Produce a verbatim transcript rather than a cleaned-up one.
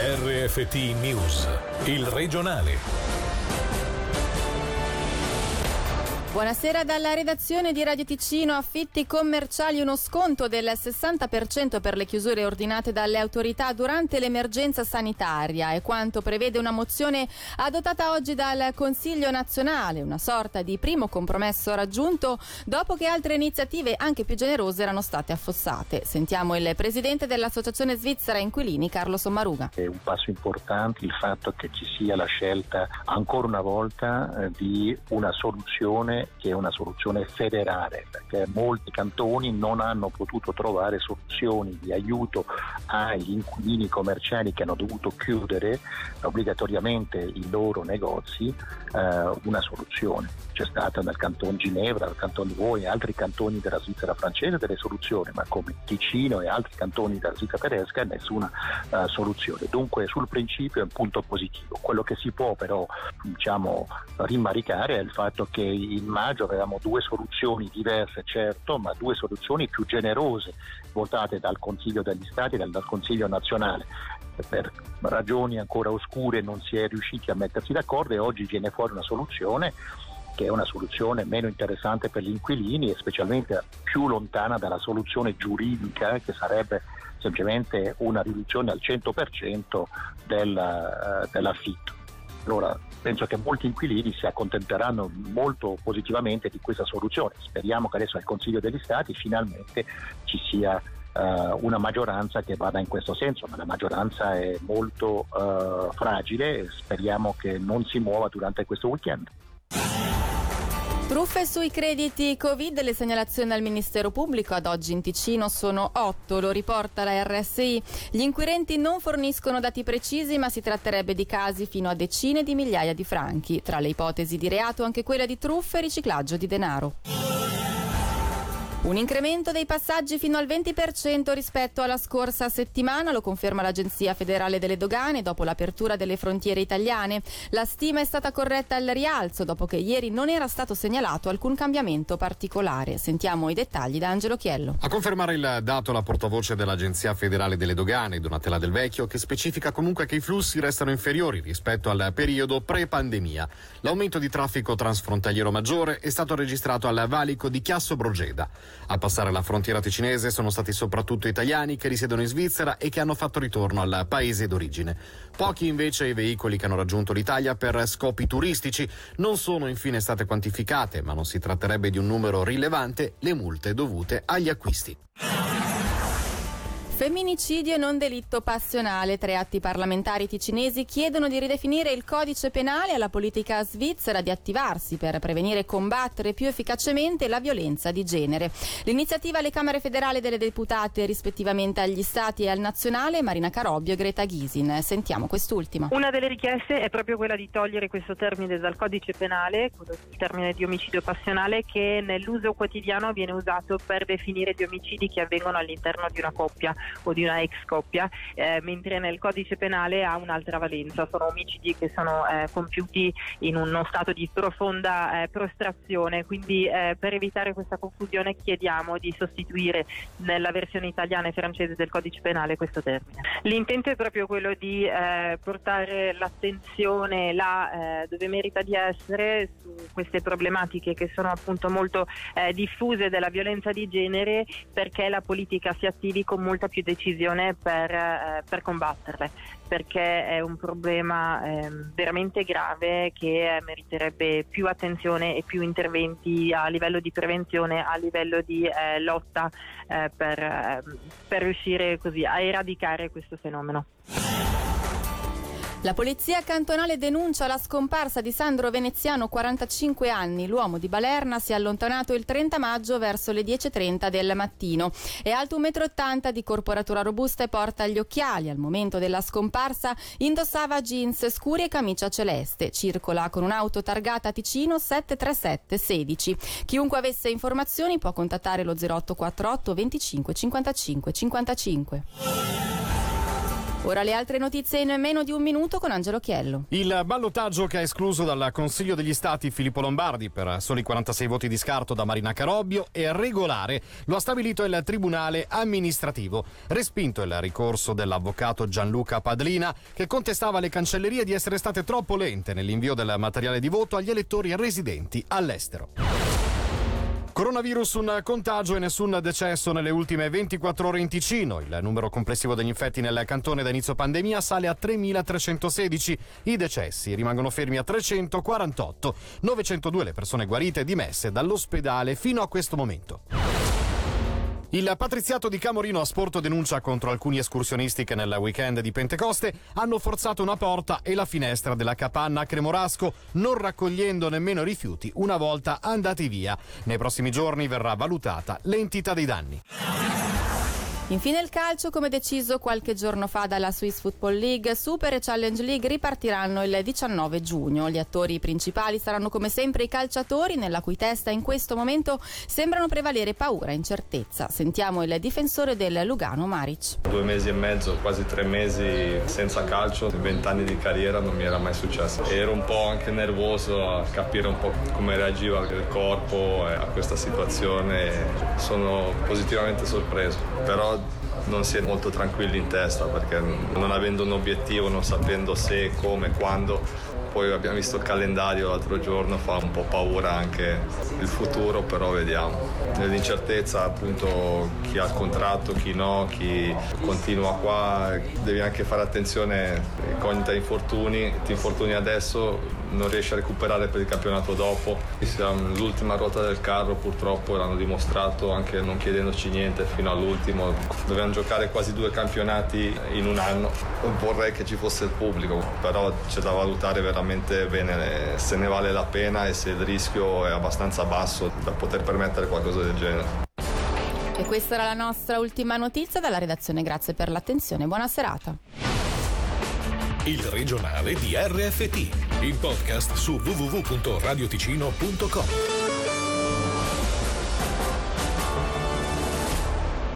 R F T News, il regionale. Buonasera dalla redazione di Radio Ticino. Affitti commerciali, uno sconto del sessanta per cento per le chiusure ordinate dalle autorità durante l'emergenza sanitaria è quanto prevede una mozione adottata oggi dal Consiglio nazionale, una sorta di primo compromesso raggiunto dopo che altre iniziative anche più generose erano state affossate. Sentiamo il presidente dell'Associazione Svizzera Inquilini, Carlo Sommaruga. È un passo importante il fatto che ci sia la scelta ancora una volta eh, di una soluzione che è una soluzione federale, perché molti cantoni non hanno potuto trovare soluzioni di aiuto agli inquilini commerciali che hanno dovuto chiudere obbligatoriamente i loro negozi, eh, una soluzione. C'è stata dal canton Ginevra, dal canton Vaud e altri cantoni della Svizzera francese delle soluzioni, ma come Ticino e altri cantoni della Svizzera tedesca nessuna uh, soluzione. Dunque sul principio è un punto positivo. Quello che si può però diciamo rimmaricare è il fatto che in maggio avevamo due soluzioni diverse, certo, ma due soluzioni più generose votate dal Consiglio degli Stati e dal, dal Consiglio nazionale. Per ragioni ancora oscure non si è riusciti a mettersi d'accordo e oggi viene fuori una soluzione che è una soluzione meno interessante per gli inquilini e specialmente più lontana dalla soluzione giuridica che sarebbe semplicemente una riduzione al cento per cento del, uh, dell'affitto. Allora penso che molti inquilini si accontenteranno molto positivamente di questa soluzione. Speriamo che adesso al Consiglio degli Stati finalmente ci sia uh, una maggioranza che vada in questo senso, ma la maggioranza è molto uh, fragile e speriamo che non si muova durante questo weekend. Truffe sui crediti Covid, le segnalazioni al Ministero Pubblico ad oggi in Ticino sono otto, lo riporta la R S I. Gli inquirenti non forniscono dati precisi, ma si tratterebbe di casi fino a decine di migliaia di franchi. Tra le ipotesi di reato anche quella di truffa e riciclaggio di denaro. Un incremento dei passaggi fino al venti per cento rispetto alla scorsa settimana, lo conferma l'Agenzia Federale delle Dogane dopo l'apertura delle frontiere italiane. La stima è stata corretta al rialzo dopo che ieri non era stato segnalato alcun cambiamento particolare. Sentiamo i dettagli da Angelo Chiello. A confermare il dato la portavoce dell'Agenzia Federale delle Dogane, Donatella Del Vecchio, che specifica comunque che i flussi restano inferiori rispetto al periodo pre-pandemia. L'aumento di traffico transfrontaliero maggiore è stato registrato al valico di Chiasso Brogeda. A passare la frontiera ticinese sono stati soprattutto italiani che risiedono in Svizzera e che hanno fatto ritorno al paese d'origine. Pochi invece i veicoli che hanno raggiunto l'Italia per scopi turistici. Non sono infine state quantificate, ma non si tratterebbe di un numero rilevante, le multe dovute agli acquisti. Femminicidio e non delitto passionale. Tre atti parlamentari ticinesi chiedono di ridefinire il codice penale alla politica svizzera di attivarsi per prevenire e combattere più efficacemente la violenza di genere. L'iniziativa alle Camere federali delle deputate rispettivamente agli Stati e al nazionale, Marina Carobbio e Greta Ghisin. Sentiamo quest'ultima. Una delle richieste è proprio quella di togliere questo termine dal codice penale, il termine di omicidio passionale, che nell'uso quotidiano viene usato per definire gli omicidi che avvengono all'interno di una coppia o di una ex coppia, eh, mentre nel codice penale ha un'altra valenza. Sono omicidi che sono eh, compiuti in uno stato di profonda eh, prostrazione, quindi eh, per evitare questa confusione chiediamo di sostituire nella versione italiana e francese del codice penale questo termine. L'intento è proprio quello di eh, portare l'attenzione là eh, dove merita di essere su queste problematiche che sono appunto molto eh, diffuse della violenza di genere, perché la politica si attivi con molta più decisione per, eh, per combatterle, perché è un problema eh, veramente grave che eh, meriterebbe più attenzione e più interventi a livello di prevenzione, a livello di eh, lotta eh, per, eh, per riuscire così a eradicare questo fenomeno. La polizia cantonale denuncia la scomparsa di Sandro Veneziano, quarantacinque anni. L'uomo di Balerna si è allontanato il trenta maggio verso le dieci e trenta del mattino. È alto uno virgola ottanta metri, di corporatura robusta e porta gli occhiali. Al momento della scomparsa indossava jeans scuri e camicia celeste. Circola con un'auto targata Ticino sette tre sette sedici. Chiunque avesse informazioni può contattare lo zero otto quattro otto venticinque cinquantacinque cinquantacinque. Ora le altre notizie in meno di un minuto con Angelo Chiello. Il ballottaggio che ha escluso dal Consiglio degli Stati Filippo Lombardi per soli quarantasei voti di scarto da Marina Carobbio è regolare, lo ha stabilito il Tribunale amministrativo. Respinto il ricorso dell'avvocato Gianluca Padlina, che contestava alle cancellerie di essere state troppo lente nell'invio del materiale di voto agli elettori residenti all'estero. Coronavirus, un contagio e nessun decesso nelle ultime ventiquattro ore in Ticino. Il numero complessivo degli infetti nel cantone da inizio pandemia sale a tremilatrecentosedici. I decessi rimangono fermi a trecentoquarantotto. novecentodue le persone guarite e dimesse dall'ospedale fino a questo momento. Il patriziato di Camorino ha sporto denuncia contro alcuni escursionisti che nel weekend di Pentecoste hanno forzato una porta e la finestra della capanna a Cremorasco, non raccogliendo nemmeno rifiuti una volta andati via. Nei prossimi giorni verrà valutata l'entità dei danni. Infine il calcio, come deciso qualche giorno fa dalla Swiss Football League, Super e Challenge League ripartiranno il diciannove giugno. Gli attori principali saranno come sempre i calciatori, nella cui testa in questo momento sembrano prevalere paura e incertezza. Sentiamo il difensore del Lugano, Maric. Due mesi e mezzo, quasi tre mesi senza calcio, vent'anni di carriera non mi era mai successo. Ero un po' anche nervoso a capire un po' come reagiva il corpo a questa situazione. Sono positivamente sorpreso, però non si è molto tranquilli in testa, perché non avendo un obiettivo, non sapendo se, come, quando, poi abbiamo visto il calendario l'altro giorno, fa un po' paura anche il futuro, però vediamo. Nell'incertezza appunto chi ha il contratto, chi no, chi continua qua, devi anche fare attenzione, incognita infortuni, ti infortuni adesso, non riesci a recuperare per il campionato dopo. Siamo l'ultima ruota del carro, purtroppo l'hanno dimostrato anche non chiedendoci niente fino all'ultimo. Dovevamo giocare quasi due campionati in un anno, vorrei che ci fosse il pubblico, però c'è da valutare veramente bene se ne vale la pena e se il rischio è abbastanza basso da poter permettere qualcosa del genere. E questa era la nostra ultima notizia dalla redazione, grazie per l'attenzione, buona serata. Il regionale di R F T, il podcast su w w w punto radioticino punto com.